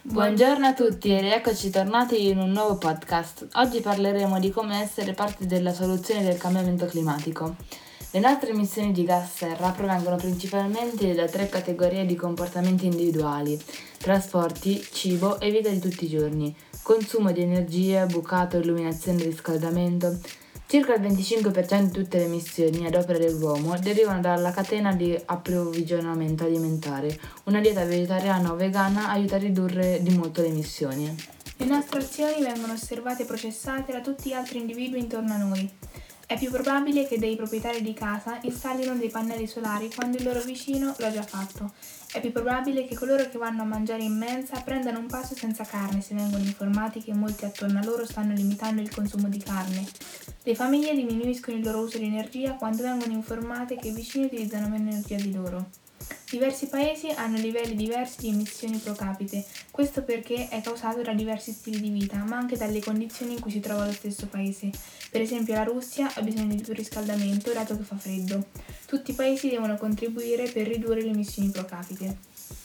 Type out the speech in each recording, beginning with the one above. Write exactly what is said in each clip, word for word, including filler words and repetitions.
Buongiorno a tutti ed eccoci tornati in un nuovo podcast. Oggi parleremo di come essere parte della soluzione del cambiamento climatico. Le nostre emissioni di gas serra provengono principalmente da tre categorie di comportamenti individuali: trasporti, cibo e vita di tutti i giorni, consumo di energia, bucato, illuminazione e riscaldamento. Circa il venticinque per cento di tutte le emissioni ad opera dell'uomo derivano dalla catena di approvvigionamento alimentare. Una dieta vegetariana o vegana aiuta a ridurre di molto le emissioni. Le nostre azioni vengono osservate e processate da tutti gli altri individui intorno a noi. È più probabile che dei proprietari di casa installino dei pannelli solari quando il loro vicino lo ha già fatto. È più probabile che coloro che vanno a mangiare in mensa prendano un pasto senza carne se vengono informati che molti attorno a loro stanno limitando il consumo di carne. Le famiglie diminuiscono il loro uso di energia quando vengono informate che i vicini utilizzano meno energia di loro. Diversi paesi hanno livelli diversi di emissioni pro capite, questo perché è causato da diversi stili di vita, ma anche dalle condizioni in cui si trova lo stesso paese. Per esempio la Russia ha bisogno di più riscaldamento dato che fa freddo. Tutti i paesi devono contribuire per ridurre le emissioni pro capite.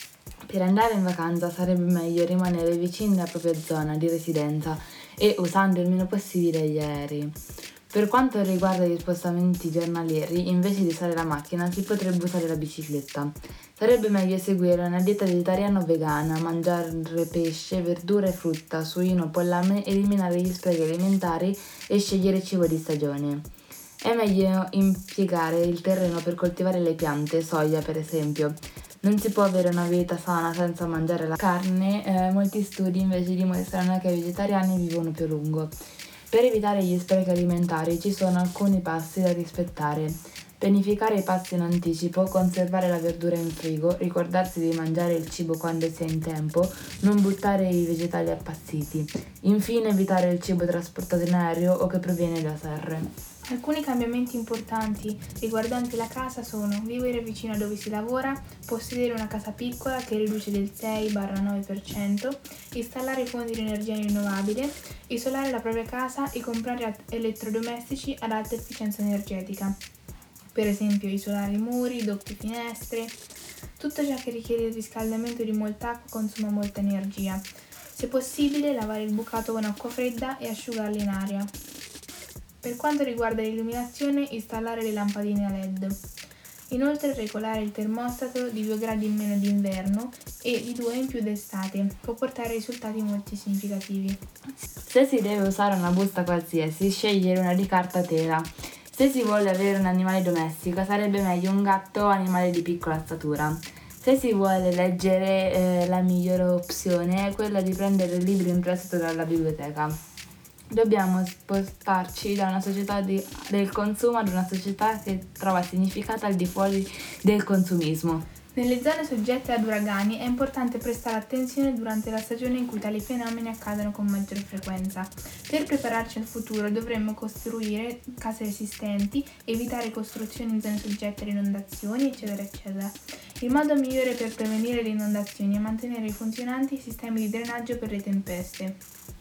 Per andare in vacanza sarebbe meglio rimanere vicini alla propria zona di residenza e usando il meno possibile gli aerei. Per quanto riguarda gli spostamenti giornalieri, invece di usare la macchina si potrebbe usare la bicicletta. Sarebbe meglio seguire una dieta vegetariana o vegana, mangiare pesce, verdura e frutta, suino, pollame, eliminare gli sprechi alimentari e scegliere cibo di stagione. È meglio impiegare il terreno per coltivare le piante, soia per esempio. Non si può avere una vita sana senza mangiare la carne, eh, molti studi invece dimostrano che i vegetariani vivono più a lungo. Per evitare gli sprechi alimentari ci sono alcuni passi da rispettare. Pianificare i pasti in anticipo, conservare la verdura in frigo, ricordarsi di mangiare il cibo quando si è in tempo, non buttare i vegetali appassiti. Infine evitare il cibo trasportato in aereo o che proviene da serre. Alcuni cambiamenti importanti riguardanti la casa sono vivere vicino a dove si lavora, possedere una casa piccola che riduce del sei nove per cento, installare fonti di energia rinnovabile, isolare la propria casa e comprare elettrodomestici ad alta efficienza energetica. Per esempio isolare i muri, doppie finestre. Tutto ciò che richiede il riscaldamento di molta acqua consuma molta energia. Se possibile lavare il bucato con acqua fredda e asciugarlo in aria. Per quanto riguarda l'illuminazione, installare le lampadine a L E D. Inoltre regolare il termostato di due gradi in meno d'inverno e di due in più d'estate può portare a risultati molto significativi. Se si deve usare una busta qualsiasi, scegliere una di carta tela. Se si vuole avere un animale domestico, sarebbe meglio un gatto o animale di piccola statura. Se si vuole leggere, eh, la migliore opzione è quella di prendere libri in prestito dalla biblioteca. Dobbiamo spostarci da una società di, del consumo ad una società che trova significato al di fuori del consumismo. Nelle zone soggette ad uragani è importante prestare attenzione durante la stagione in cui tali fenomeni accadono con maggiore frequenza. Per prepararci al futuro dovremmo costruire case resistenti, evitare costruzioni in zone soggette ad inondazioni, eccetera, eccetera. Il modo migliore per prevenire le inondazioni è mantenere funzionanti i sistemi di drenaggio per le tempeste.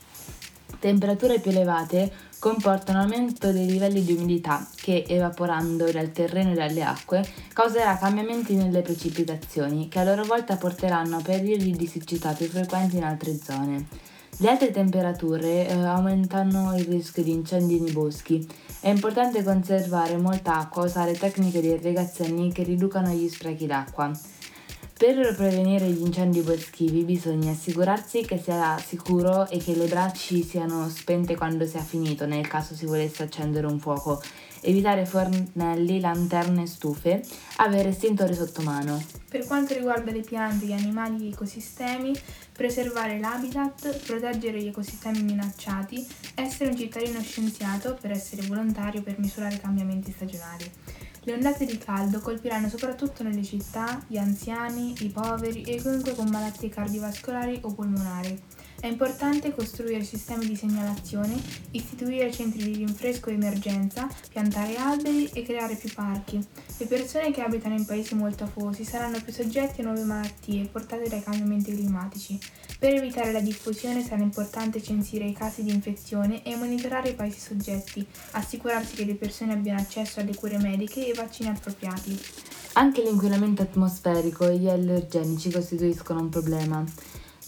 Temperature più elevate comportano un aumento dei livelli di umidità che, evaporando dal terreno e dalle acque, causerà cambiamenti nelle precipitazioni che a loro volta porteranno a periodi di siccità più frequenti in altre zone. Le alte temperature eh, aumentano il rischio di incendi nei boschi. È importante conservare molta acqua e usare tecniche di irrigazione che riducano gli sprechi d'acqua. Per prevenire gli incendi boschivi bisogna assicurarsi che sia sicuro e che le braci siano spente quando sia finito, nel caso si volesse accendere un fuoco. Evitare fornelli, lanterne e stufe, avere estintori sotto mano. Per quanto riguarda le piante, gli animali e gli ecosistemi, preservare l'habitat, proteggere gli ecosistemi minacciati, essere un cittadino scienziato per essere volontario per misurare i cambiamenti stagionali. Le ondate di caldo colpiranno soprattutto nelle città gli anziani, i poveri e chiunque con malattie cardiovascolari o polmonari. È importante costruire sistemi di segnalazione, istituire centri di rinfresco e emergenza, piantare alberi e creare più parchi. Le persone che abitano in paesi molto afosi saranno più soggetti a nuove malattie portate dai cambiamenti climatici. Per evitare la diffusione sarà importante censire i casi di infezione e monitorare i paesi soggetti, assicurarsi che le persone abbiano accesso alle cure mediche e vaccini appropriati. Anche l'inquinamento atmosferico e gli allergenici costituiscono un problema.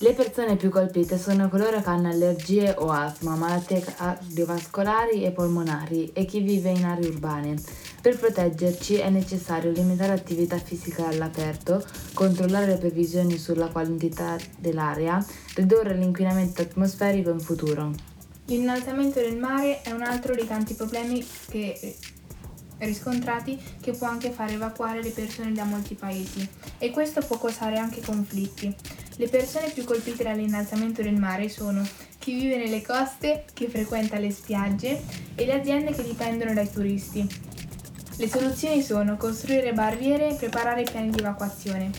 Le persone più colpite sono coloro che hanno allergie o asma, malattie cardiovascolari e polmonari e chi vive in aree urbane. Per proteggerci è necessario limitare l'attività fisica all'aperto, controllare le previsioni sulla quantità dell'aria, ridurre l'inquinamento atmosferico in futuro. L'innalzamento del mare è un altro dei tanti problemi che riscontrati che può anche far evacuare le persone da molti paesi e questo può causare anche conflitti. Le persone più colpite dall'innalzamento del mare sono chi vive nelle coste, chi frequenta le spiagge e le aziende che dipendono dai turisti. Le soluzioni sono costruire barriere e preparare piani di evacuazione.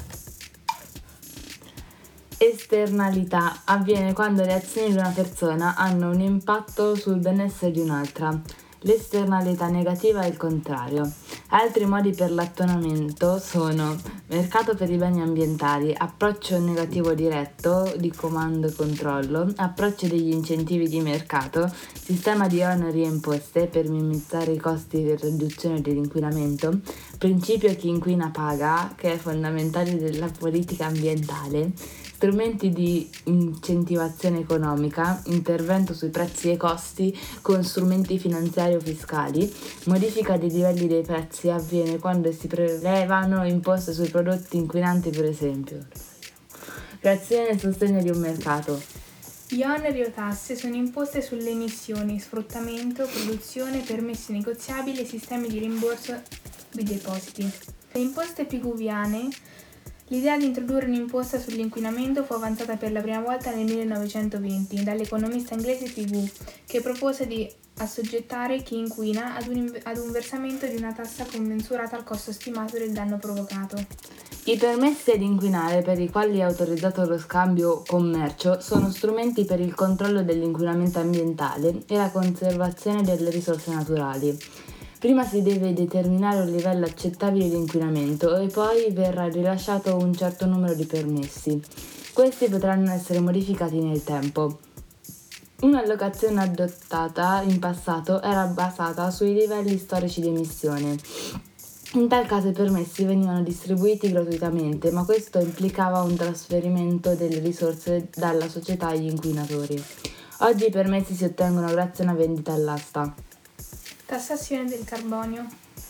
Esternalità avviene quando le azioni di una persona hanno un impatto sul benessere di un'altra. L'esternalità negativa è il contrario. Altri modi per l'attonamento sono mercato per i beni ambientali, approccio negativo diretto di comando e controllo, approccio degli incentivi di mercato, sistema di oneri e imposte per minimizzare i costi di riduzione dell'inquinamento, principio chi inquina paga, che è fondamentale della politica ambientale, strumenti di incentivazione economica, intervento sui prezzi e costi con strumenti finanziari o fiscali, modifica dei livelli dei prezzi avviene quando si prelevano imposte sui prodotti inquinanti per esempio. Creazione e sostegno di un mercato. Gli oneri o tasse sono imposte sulle emissioni, sfruttamento, produzione, permessi negoziabili e sistemi di rimborso dei depositi. Le imposte piguviane. L'idea di introdurre un'imposta sull'inquinamento fu avanzata per la prima volta nel millenovecentoventi dall'economista inglese Pigou, che propose di assoggettare chi inquina ad un, ad un versamento di una tassa commensurata al costo stimato del danno provocato. I permessi ad inquinare, per i quali è autorizzato lo scambio o commercio, sono strumenti per il controllo dell'inquinamento ambientale e la conservazione delle risorse naturali. Prima si deve determinare un livello accettabile di inquinamento e poi verrà rilasciato un certo numero di permessi. Questi potranno essere modificati nel tempo. Un'allocazione adottata in passato era basata sui livelli storici di emissione. In tal caso i permessi venivano distribuiti gratuitamente, ma questo implicava un trasferimento delle risorse dalla società agli inquinatori. Oggi i permessi si ottengono grazie a una vendita all'asta. Tassazione del carbonio.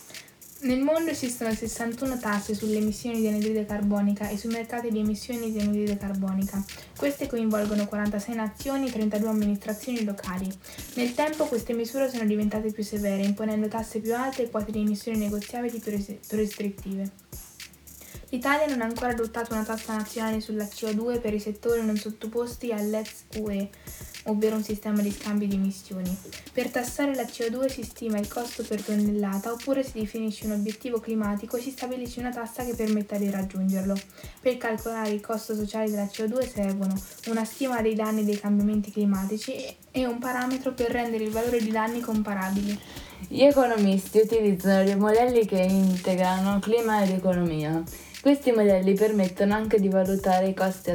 Nel mondo esistono sessantuno tasse sulle emissioni di anidride carbonica e sui mercati di emissioni di anidride carbonica. Queste coinvolgono quarantasei nazioni e trentadue amministrazioni locali. Nel tempo queste misure sono diventate più severe, imponendo tasse più alte e quote di emissioni negoziabili più, res- più restrittive. L'Italia non ha ancora adottato una tassa nazionale sulla C O due per i settori non sottoposti all'E T S U E, ovvero un sistema di scambio di emissioni. Per tassare la C O due si stima il costo per tonnellata oppure si definisce un obiettivo climatico e si stabilisce una tassa che permetta di raggiungerlo. Per calcolare il costo sociale della C O due servono una stima dei danni dei cambiamenti climatici e un parametro per rendere il valore di danni comparabili. Gli economisti utilizzano dei modelli che integrano clima ed economia. Questi modelli permettono anche di valutare i costi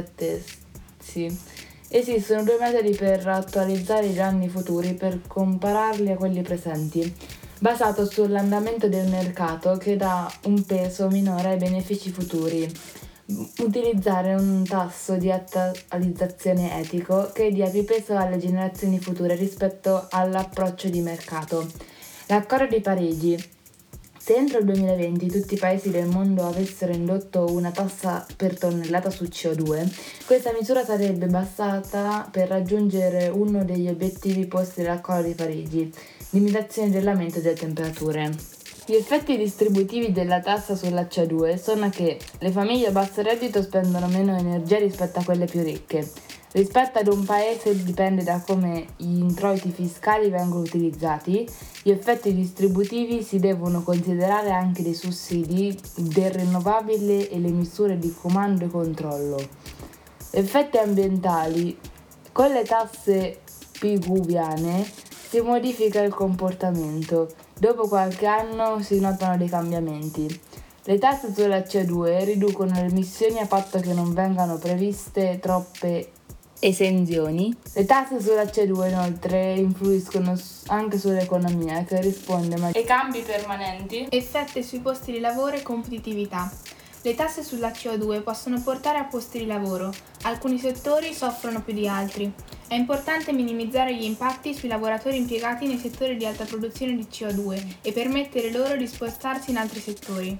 attesi. Esistono due metodi per attualizzare i danni futuri per compararli a quelli presenti, basato sull'andamento del mercato che dà un peso minore ai benefici futuri. Utilizzare un tasso di attualizzazione etico che dia più peso alle generazioni future rispetto all'approccio di mercato. L'accordo di Parigi. Se entro il duemilaventi tutti i paesi del mondo avessero indotto una tassa per tonnellata su C O due, questa misura sarebbe bastata per raggiungere uno degli obiettivi posti dall'Accordo di Parigi, limitazione dell'aumento delle temperature. Gli effetti distributivi della tassa sulla C O due sono che le famiglie a basso reddito spendono meno energia rispetto a quelle più ricche. Rispetto ad un paese dipende da come gli introiti fiscali vengono utilizzati. Gli effetti distributivi si devono considerare anche dei sussidi, del rinnovabile e le misure di comando e controllo. Effetti ambientali. Con le tasse piguviane si modifica il comportamento. Dopo qualche anno si notano dei cambiamenti. Le tasse sulla C O due riducono le emissioni a patto che non vengano previste troppe esenzioni. Le tasse sulla C O due inoltre influiscono anche sull'economia che risponde ai cambi permanenti, effetti sui posti di lavoro e competitività. Le tasse sulla C O due possono portare a posti di lavoro. Alcuni settori soffrono più di altri. È importante minimizzare gli impatti sui lavoratori impiegati nei settori di alta produzione di C O due e permettere loro di spostarsi in altri settori.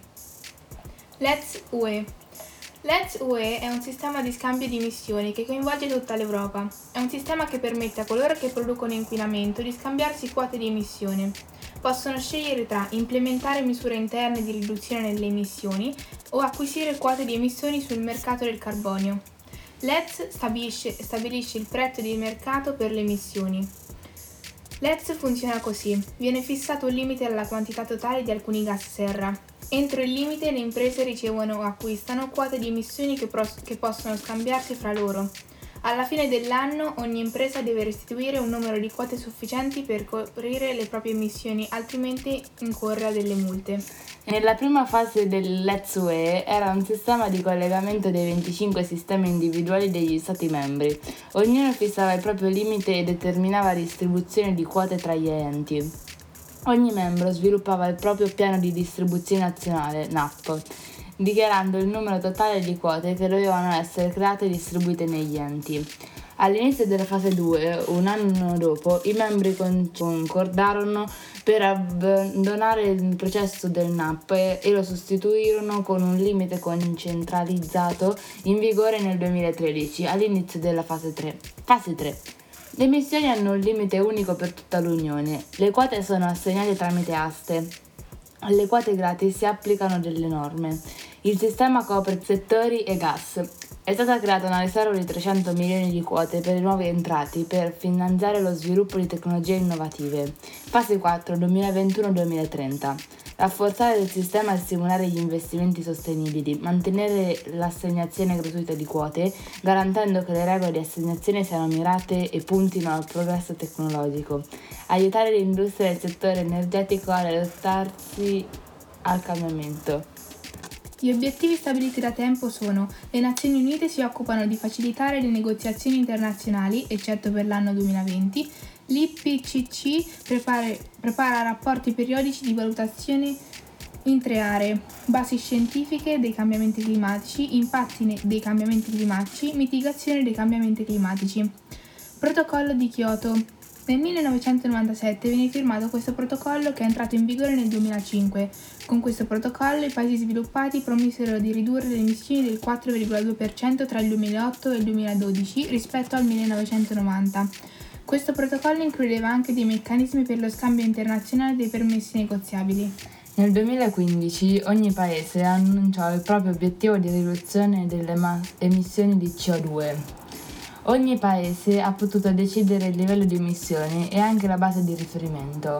Let's U E. Let's U E è un sistema di scambio di emissioni che coinvolge tutta l'Europa. È un sistema che permette a coloro che producono inquinamento di scambiarsi quote di emissione. Possono scegliere tra implementare misure interne di riduzione delle emissioni o acquisire quote di emissioni sul mercato del carbonio. Let's stabilisce, stabilisce il prezzo di mercato per le emissioni. Let's funziona così. Viene fissato un limite alla quantità totale di alcuni gas serra. Entro il limite le imprese ricevono o acquistano quote di emissioni che, pros- che possono scambiarsi fra loro. Alla fine dell'anno ogni impresa deve restituire un numero di quote sufficienti per coprire le proprie emissioni, altrimenti incorre a delle multe. Nella prima fase del Let's U E era un sistema di collegamento dei venticinque sistemi individuali degli Stati membri. Ognuno fissava il proprio limite e determinava la distribuzione di quote tra gli enti. Ogni membro sviluppava il proprio piano di distribuzione nazionale, N A P, dichiarando il numero totale di quote che dovevano essere create e distribuite negli enti. All'inizio della fase due, un anno dopo, i membri concordarono per abbandonare il processo del N A P e lo sostituirono con un limite concentralizzato in vigore nel duemilatredici, all'inizio della fase tre. Fase tre. Le emissioni hanno un limite unico per tutta l'Unione. Le quote sono assegnate tramite aste. Alle quote gratis si applicano delle norme. Il sistema copre settori e gas. È stata creata una riserva di trecento milioni di quote per i nuovi entrati per finanziare lo sviluppo di tecnologie innovative. Fase quattro duemilaventuno duemilatrenta. Rafforzare il sistema e stimolare gli investimenti sostenibili, mantenere l'assegnazione gratuita di quote, garantendo che le regole di assegnazione siano mirate e puntino al progresso tecnologico, aiutare l'industria del settore energetico ad adattarsi al cambiamento. Gli obiettivi stabiliti da tempo sono: le Nazioni Unite si occupano di facilitare le negoziazioni internazionali, eccetto per l'anno duemilaventi, l'I P C C prepara, prepara rapporti periodici di valutazione in tre aree: basi scientifiche dei cambiamenti climatici, impatti ne- dei cambiamenti climatici, mitigazione dei cambiamenti climatici. Protocollo di Kyoto. Nel millenovecentonovantasette viene firmato questo protocollo che è entrato in vigore nel duemilacinque. Con questo protocollo i paesi sviluppati promisero di ridurre le emissioni del quattro virgola due per cento tra il duemilaotto e il duemiladodici rispetto al millenovecentonovanta. Questo protocollo includeva anche dei meccanismi per lo scambio internazionale dei permessi negoziabili. Nel duemilaquindici ogni paese annunciò il proprio obiettivo di riduzione delle ma- emissioni di C O due. Ogni paese ha potuto decidere il livello di emissioni e anche la base di riferimento.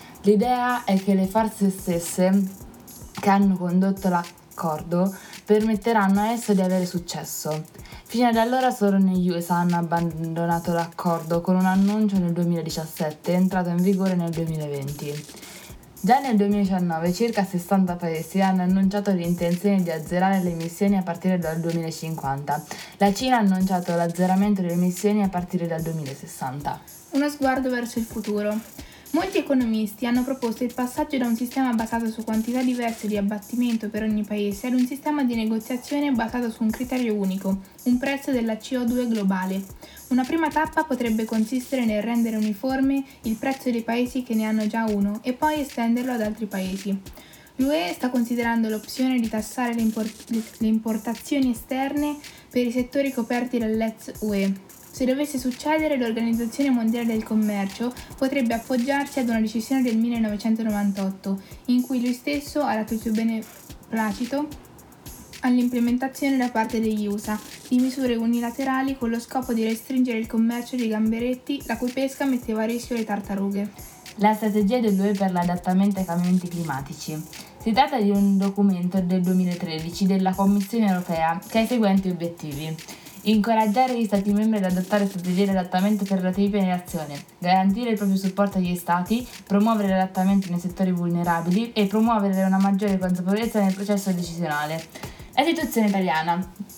L'idea è che le forze stesse che hanno condotto l'accordo permetteranno a esso di avere successo. Fino ad allora solo negli U S A hanno abbandonato l'accordo con un annuncio nel duemiladiciassette, entrato in vigore nel duemilaventi. Già nel duemiladiciannove circa sessanta paesi hanno annunciato l'intenzione di azzerare le emissioni a partire dal duemilacinquanta. La Cina ha annunciato l'azzeramento delle emissioni a partire dal duemilasessanta. Uno sguardo verso il futuro. Molti economisti hanno proposto il passaggio da un sistema basato su quantità diverse di abbattimento per ogni paese ad un sistema di negoziazione basato su un criterio unico, un prezzo della C O due globale. Una prima tappa potrebbe consistere nel rendere uniforme il prezzo dei paesi che ne hanno già uno e poi estenderlo ad altri paesi. L'U E sta considerando l'opzione di tassare le, import- le importazioni esterne per i settori coperti dal Let's U E. Se dovesse succedere, l'Organizzazione Mondiale del Commercio potrebbe appoggiarsi ad una decisione del millenovecentonovantotto, in cui lui stesso ha dato il suo beneplacito all'implementazione da parte degli U S A di misure unilaterali con lo scopo di restringere il commercio di gamberetti, la cui pesca metteva a rischio le tartarughe. La strategia dell'U E per l'adattamento ai cambiamenti climatici. Si tratta di un documento del duemilatredici della Commissione europea che ha i seguenti obiettivi: incoraggiare gli Stati membri ad adottare strategie di adattamento per relativi piani di azione, garantire il proprio supporto agli Stati, promuovere l'adattamento nei settori vulnerabili e promuovere una maggiore consapevolezza nel processo decisionale. La situazione italiana.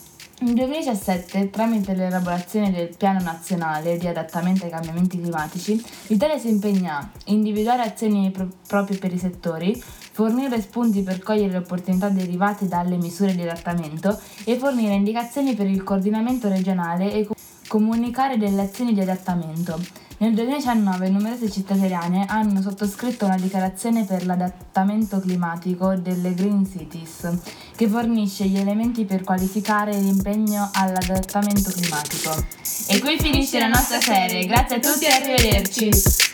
Nel duemiladiciassette, tramite l'elaborazione del Piano Nazionale di Adattamento ai Cambiamenti Climatici, l'Italia si impegna a individuare azioni pro- proprie per i settori, fornire spunti per cogliere le opportunità derivate dalle misure di adattamento e fornire indicazioni per il coordinamento regionale e comunicare delle azioni di adattamento. Nel duemiladiciannove numerose città italiane hanno sottoscritto una dichiarazione per l'adattamento climatico delle Green Cities, che fornisce gli elementi per qualificare l'impegno all'adattamento climatico. E qui finisce la nostra serie, grazie a tutti e arrivederci!